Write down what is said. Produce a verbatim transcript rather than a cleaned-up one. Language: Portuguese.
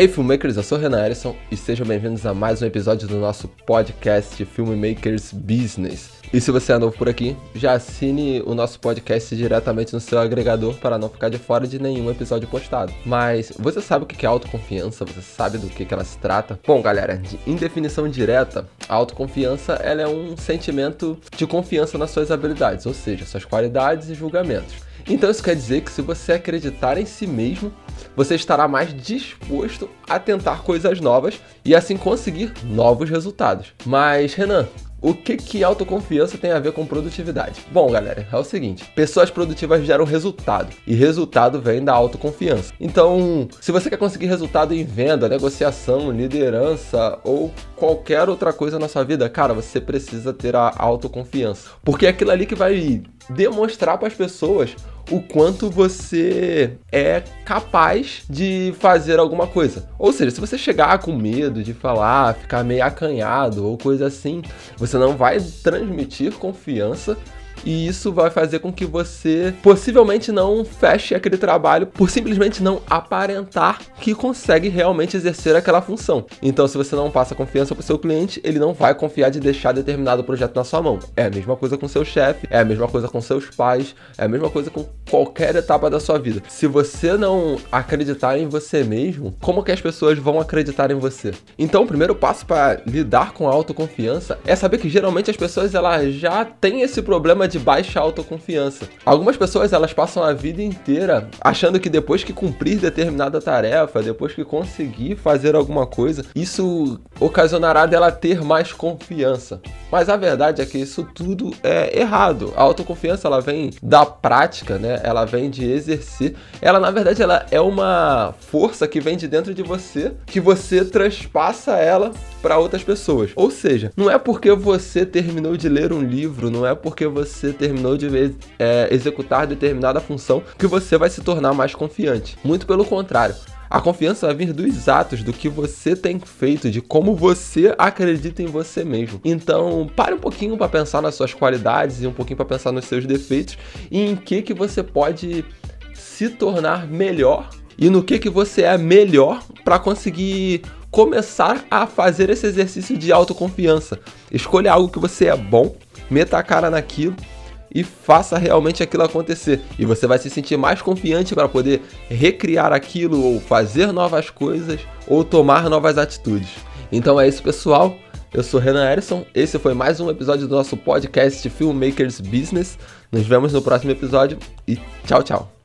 Ei, filmmakers, eu sou o Renan Erison e sejam bem-vindos a mais um episódio do nosso podcast Filmmakers Business. E se você é novo por aqui, já assine o nosso podcast diretamente no seu agregador para não ficar de fora de nenhum episódio postado. Mas você sabe o que é autoconfiança? Você sabe do que ela se trata? Bom, galera, em definição direta, a autoconfiança ela é um sentimento de confiança nas suas habilidades, ou seja, suas qualidades e julgamentos. Então isso quer dizer que se você acreditar em si mesmo, você estará mais disposto a tentar coisas novas e assim conseguir novos resultados. Mas, Renan, o que que autoconfiança tem a ver com produtividade? Bom, galera, é o seguinte, pessoas produtivas geram resultado, e resultado vem da autoconfiança. Então, se você quer conseguir resultado em venda, negociação, liderança ou qualquer outra coisa na sua vida, cara, você precisa ter a autoconfiança. Porque é aquilo ali que vai demonstrar para as pessoas o quanto você é capaz de fazer alguma coisa. Ou seja, se você chegar com medo de falar, ficar meio acanhado ou coisa assim, você não vai transmitir confiança e isso vai fazer com que você possivelmente não feche aquele trabalho por simplesmente não aparentar que consegue realmente exercer aquela função. Então, se você não passa confiança para o seu cliente, ele não vai confiar de deixar determinado projeto na sua mão. É a mesma coisa com seu chefe, é a mesma coisa com seus pais, é a mesma coisa com qualquer etapa da sua vida. Se você não acreditar em você mesmo, como que as pessoas vão acreditar em você? Então, o primeiro passo para lidar com a autoconfiança é saber que geralmente as pessoas elas já têm esse problema de baixa autoconfiança. Algumas pessoas elas passam a vida inteira achando que depois que cumprir determinada tarefa, depois que conseguir fazer alguma coisa, isso ocasionará dela ter mais confiança. Mas a verdade é que isso tudo é errado. A autoconfiança ela vem da prática, né? Ela vem de exercer. Ela na verdade ela é uma força que vem de dentro de você, que você transpassa ela para outras pessoas. Ou seja, não é porque você terminou de ler um livro, não é porque você terminou de é, executar determinada função que você vai se tornar mais confiante. Muito pelo contrário. A confiança vai vir dos atos, do que você tem feito, de como você acredita em você mesmo. Então, pare um pouquinho para pensar nas suas qualidades e um pouquinho para pensar nos seus defeitos e em que, que você pode se tornar melhor e no que, que você é melhor para conseguir começar a fazer esse exercício de autoconfiança. Escolha algo que você é bom, meta a cara naquilo e faça realmente aquilo acontecer. E você vai se sentir mais confiante para poder recriar aquilo ou fazer novas coisas ou tomar novas atitudes. Então é isso, pessoal. Eu sou Renan Erison. Esse foi mais um episódio do nosso podcast Filmmakers Business. Nos vemos no próximo episódio e tchau, tchau.